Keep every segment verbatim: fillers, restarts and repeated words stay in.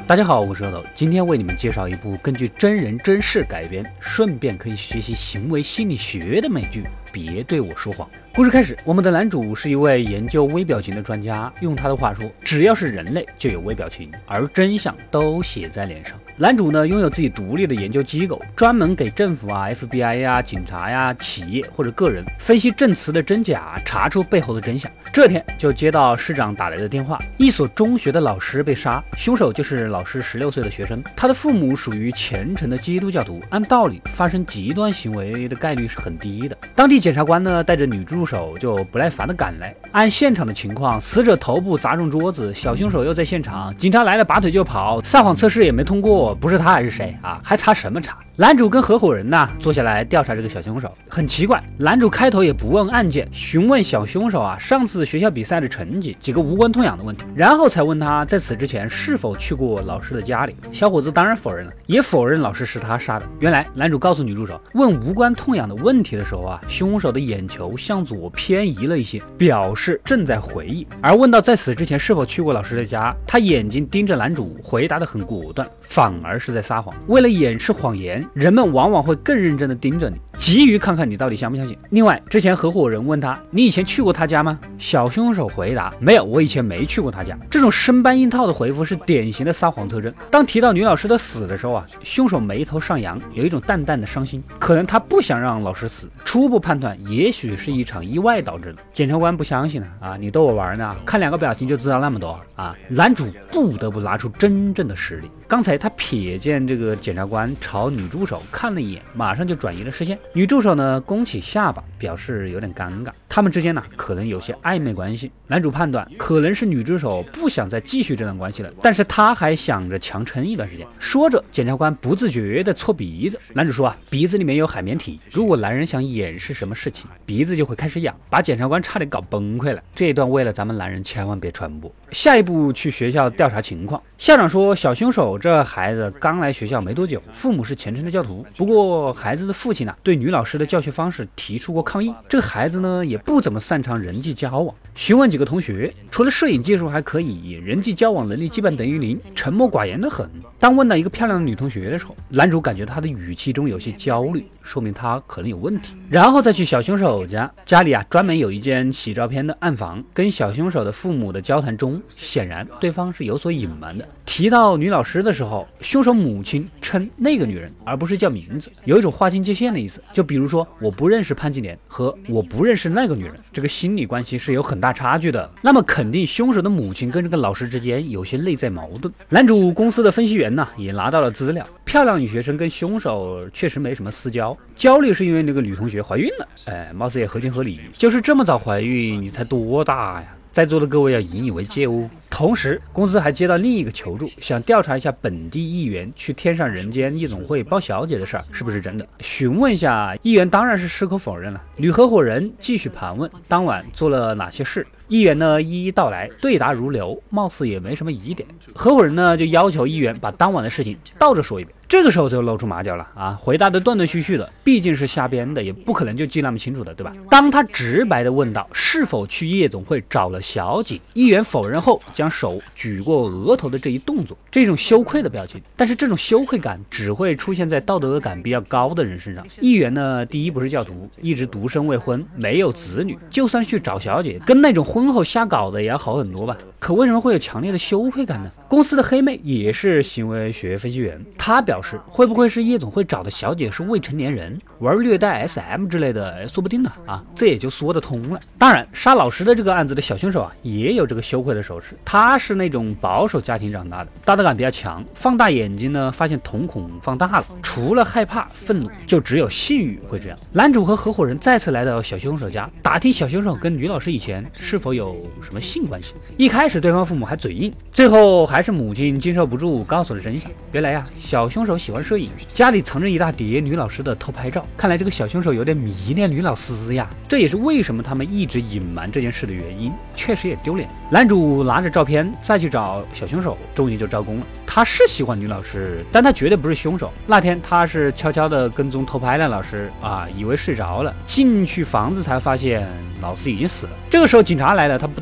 大家好，我是阿斗，今天为你们介绍一部根据真人真事改编，顺便可以学习行为心理学的美剧《别对我说谎》。故事开始，我们的男主是一位研究微表情的专家，用他的话说，只要是人类就有微表情，而真相都写在脸上。男主呢拥有自己独立的研究机构，专门给政府啊、F B I 呀、警察呀、企业或者个人分析证词的真假，查出背后的真相。这天就接到市长打来的电话，一所中学的老师被杀，凶手就是老师十六岁的学生，他的父母属于虔诚的基督教徒，按道理发生极端行为的概率是很低的。当地检察官呢带着女助手就不耐烦的赶来，按现场的情况，死者头部砸中桌子，小凶手又在现场，警察来了拔腿就跑，撒谎测试也没通过，不是他还是谁啊？还查什么查？男主跟合伙人呢坐下来调查这个小凶手，很奇怪，男主开头也不问案件，询问小凶手啊上次学校比赛的成绩，几个无关痛痒的问题，然后才问他在此之前是否去过老师的家里。小伙子当然否认了，也否认老师是他杀的。原来男主告诉女助手，问无关痛痒的问题的时候啊，凶手的眼球向左偏移了一些，表示正在回忆，而问到在此之前是否去过老师的家，他眼睛盯着男主，回答得很果断，反而是在撒谎。为了掩饰谎言，人们往往会更认真地盯着你，急于看看你到底相不相信。另外，之前合伙人问他，你以前去过他家吗？小凶手回答，没有，我以前没去过他家。这种生搬硬套的回复是典型的撒谎特征。当提到女老师的死的时候啊，凶手眉头上扬，有一种淡淡的伤心，可能他不想让老师死。初步判断，也许是一场意外导致的。检察官不相信啊，啊，你逗我玩呢？看两个表情就知道那么多啊！男主不得不拿出真正的实力。刚才他瞥见这个检察官朝女助手看了一眼，马上就转移了视线。女助手呢弓起下巴，表示有点尴尬。他们之间呢可能有些暧昧关系。男主判断可能是女助手不想再继续这段关系了，但是他还想着强撑一段时间。说着，检察官不自觉地搓鼻子。男主说啊，鼻子里面有海绵体，如果男人想掩饰什么事情，鼻子就会开始痒，把检察官差点搞崩溃了。这一段为了咱们男人千万别传播。下一步去学校调查情况。校长说，小凶手这孩子刚来学校没多久，父母是虔诚的教徒，不过孩子的父亲呢对女老师的教学方式提出过抗议。这个孩子呢也不怎么擅长人际交往。询问几个同学，除了摄影技术还可以，人际交往能力基本等于零，沉默寡言的很。当问到一个漂亮的女同学的时候，男主感觉她的语气中有些焦虑，说明她可能有问题。然后再去小凶手家，家里啊专门有一间洗照片的暗房，跟小凶手的父母的交谈中，显然对方是有所隐瞒的。提到女老师的时候，凶手母亲称那个女人，而不是叫名字，有一种划清界限的意思。就比如说，我不认识潘金莲和我不认识那个女人，这个心理关系是有很大差距的。那么肯定凶手的母亲跟这个老师之间有些内在矛盾。男主公司的分析员呢也拿到了资料，漂亮女学生跟凶手确实没什么私交，焦虑是因为那个女同学怀孕了，哎，貌似也合情合理。就是这么早怀孕，你才多大呀？在座的各位要引以为戒哦。同时，公司还接到另一个求助，想调查一下本地议员去天上人间夜总会包小姐的事儿是不是真的。询问一下，议员当然是矢口否认了。女合伙人继续盘问当晚做了哪些事，议员呢一一道来，对答如流，貌似也没什么疑点。合伙人呢就要求议员把当晚的事情倒着说一遍。这个时候就露出马脚了啊，回答的断断续续的，毕竟是瞎编的，也不可能就记那么清楚的，对吧？当他直白的问到是否去夜总会找了小姐，议员否认后将手举过额头的这一动作，这种羞愧的表情。但是这种羞愧感只会出现在道德感比较高的人身上。议员呢，第一不是教徒，一直独身未婚，没有子女，就算去找小姐，跟那种婚后瞎搞的也要好很多吧。可为什么会有强烈的羞愧感呢？公司的黑妹也是行为学分析员，她表示会不会是夜总会找的小姐是未成年人，玩虐待 S M 之类的，说不定呢啊，这也就说得通了。当然，杀老师的这个案子的小凶手啊，也有这个羞愧的手势。他是那种保守家庭长大的，道德感比较强，放大眼睛呢，发现瞳孔放大了，除了害怕、愤怒，就只有性欲会这样。男主和合伙人再次来到小凶手家，打听小凶手跟女老师以前是否有什么性关系。一开始对方父母还嘴硬，最后还是母亲经受不住，告诉了真相。原来呀、啊，小凶手喜欢摄影，家里藏着一大叠女老师的偷拍照。看来这个小凶手有点迷恋女老师呀，这也是为什么他们一直隐瞒这件事的原因，确实也丢脸。男主拿着照片再去找小凶手，终于就招供了。他是喜欢女老师，但他绝对不是凶手。那天他是悄悄的跟踪偷拍了老师啊，以为睡着了，进去房子才发现老师已经死了。这个时候警察来了，他不得不跑。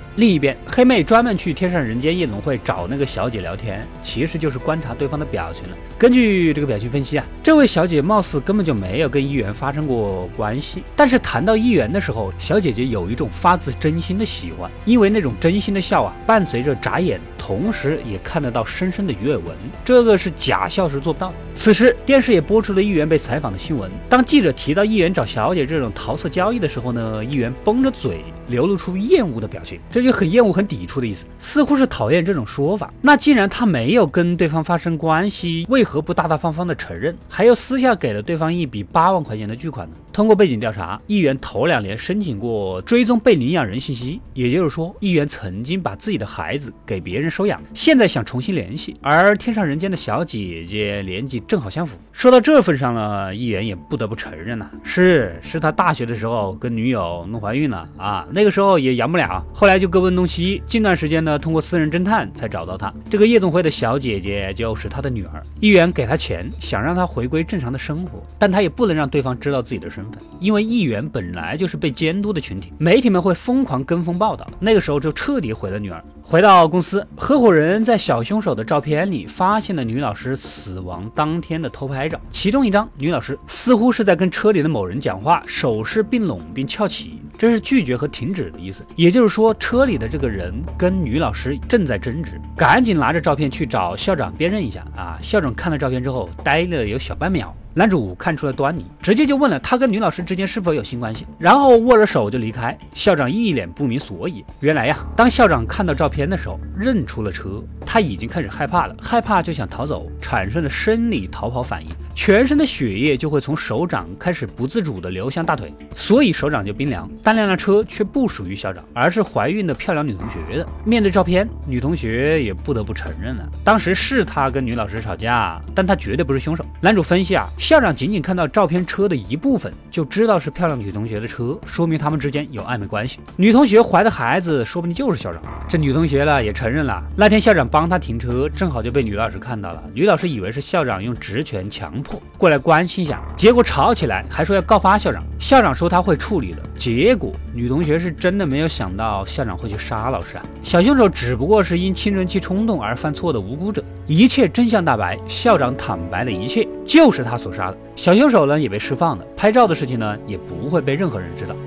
另一边，黑妹专门去天上人间夜总会找那个小姐聊天，其实就是观察对方的表情了。根据这个表情分析啊，这位小姐貌似根本就没有跟议员发生过关系，但是谈到议员的时候，小姐姐有一种发自真心的喜欢，因为那种真心的笑啊，伴随着眨眼，同时也看得到深深的鱼尾纹，这个是假笑是做不到的。此时电视也播出了议员被采访的新闻，当记者提到议员找小姐这种桃色交易的时候呢，议员绷着嘴，流露出厌恶的表情，这就很厌恶很抵触的意思，似乎是讨厌这种说法。那既然他没有跟对方发生关系，为何不大大方方的承认，还有私下给了对方一笔八万块钱的巨款呢？通过背景调查，议员头两年申请过追踪被领养人信息，也就是说议员曾经把自己的孩子给别人收养，现在想重新联系，而天上人间的小姐姐年纪正好相符。说到这份上了，议员也不得不承认呐、啊，是是他大学的时候跟女友弄怀孕了啊，那个时候也养不了，后来就各奔东西，近段时间呢通过私人侦探才找到他，这个夜总会的小姐姐就是他的女儿。议员给他钱，想让他回归正常的生活，但他也不能让对方知道自己的身份，因为议员本来就是被监督的群体，媒体们会疯狂跟风报道，那个时候就彻底毁了女儿。回到公司，合伙人在小凶手的照片里发现了女老师死亡当天的偷拍照，其中一张女老师似乎是在跟车里的某人讲话，手势并拢并翘起，这是拒绝和停止的意思，也就是说车里的这个人跟女老师正在争执。赶紧拿着照片去找校长辨认一下啊！校长看了照片之后呆了有小半秒，男主看出了端倪，直接就问了他跟女老师之间是否有性关系，然后握着手就离开。校长一脸不明所以。原来呀，当校长看到照片的时候认出了车，他已经开始害怕了，害怕就想逃走，产生了生理逃跑反应，全身的血液就会从手掌开始不自主的流向大腿，所以手掌就冰凉。但那辆车却不属于校长，而是怀孕的漂亮女同学的。面对照片，女同学也不得不承认了，当时是他跟女老师吵架，但他绝对不是凶手。男主分析啊，校长仅仅看到照片车的一部分就知道是漂亮女同学的车，说明他们之间有暧昧关系。女同学怀的孩子说不定就是校长。这女同学呢也承认了，那天校长帮她停车，正好就被女老师看到了。女老师以为是校长用职权强迫过来关心一下，结果吵起来，还说要告发校长。校长说他会处理的，结果女同学是真的没有想到校长会去杀老师啊！小凶手只不过是因青春期冲动而犯错的无辜者。一切真相大白，校长坦白了一切，就是他所杀的。小凶手呢也被释放了，拍照的事情呢也不会被任何人知道。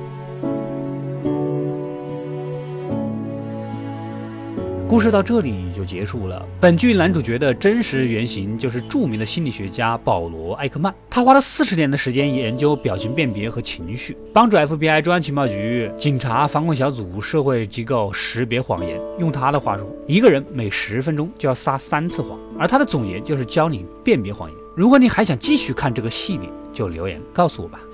故事到这里就结束了。本剧男主角的真实原型就是著名的心理学家保罗·艾克曼，他花了四十年的时间研究表情辨别和情绪，帮助 F B I 中央情报局、警察、反恐小组、社会机构识别谎言。用他的话说，一个人每十分钟就要撒三次谎，而他的总结就是教你辨别谎言。如果你还想继续看这个系列，就留言告诉我吧。